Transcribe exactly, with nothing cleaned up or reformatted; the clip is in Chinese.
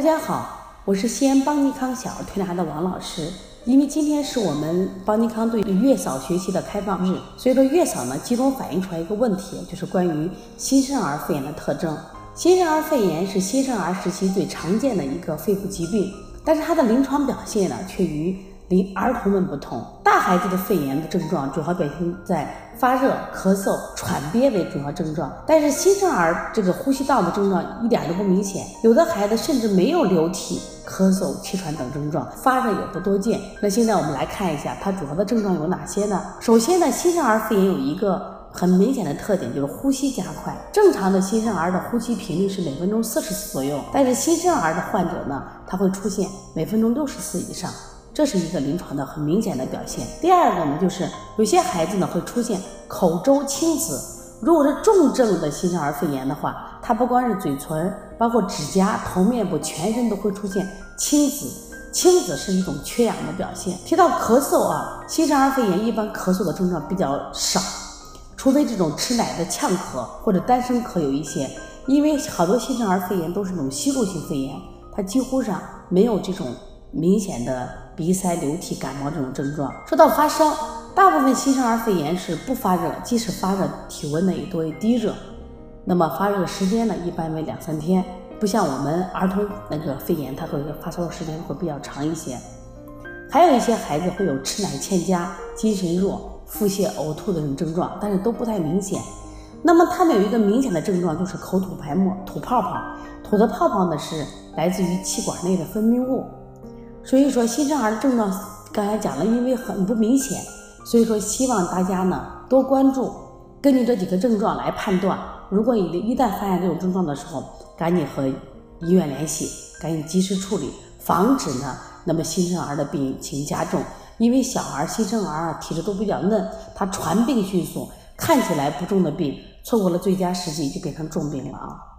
大家好，我是西安邦尼康小儿推拿的王老师。因为今天是我们邦尼康对月嫂学习的开放日，所以说月嫂呢集中反映出来一个问题，就是关于新生儿肺炎的特征。新生儿肺炎是新生儿时期最常见的一个肺部疾病，但是它的临床表现呢却与临儿童们不同。大孩子的肺炎的症状主要表现在发热、咳嗽、喘憋为主要症状，但是新生儿这个呼吸道的症状一点都不明显，有的孩子甚至没有流涕、咳嗽、气喘等症状，发热也不多见。那现在我们来看一下它主要的症状有哪些呢？首先呢，新生儿肺炎有一个很明显的特点，就是呼吸加快。正常的新生儿的呼吸频率是每分钟四十次左右，但是新生儿的患者呢，他会出现每分钟六十次以上，这是一个临床的很明显的表现。第二个呢，就是有些孩子呢会出现口周青紫。如果是重症的新生儿肺炎的话，它不光是嘴唇，包括指甲、头面部、全身都会出现青紫。青紫是一种缺氧的表现。提到咳嗽啊，新生儿肺炎一般咳嗽的症状比较少，除非这种吃奶的呛咳或者单声咳有一些，因为好多新生儿肺炎都是那种吸入性肺炎，它几乎上没有这种明显的鼻塞、流涕、感冒这种症状。说到发烧，大部分新生儿肺炎是不发热，即使发热，体温呢也多为低热，那么发热时间呢一般为两三天，不像我们儿童那个肺炎，它会发烧的时间会比较长一些。还有一些孩子会有吃奶欠佳、精神弱、腹泻、呕吐的这种症状，但是都不太明显。那么他们有一个明显的症状，就是口吐白沫、吐泡泡。吐的泡泡呢是来自于气管内的分泌物。所以说新生儿的症状刚才讲了，因为很不明显，所以说希望大家呢多关注，根据这几个症状来判断。如果你一旦发现这种症状的时候，赶紧和医院联系，赶紧及时处理，防止呢那么新生儿的病情加重。因为小孩新生儿啊体质都比较嫩，他传病迅速，看起来不重的病，错过了最佳时机就变成重病了啊。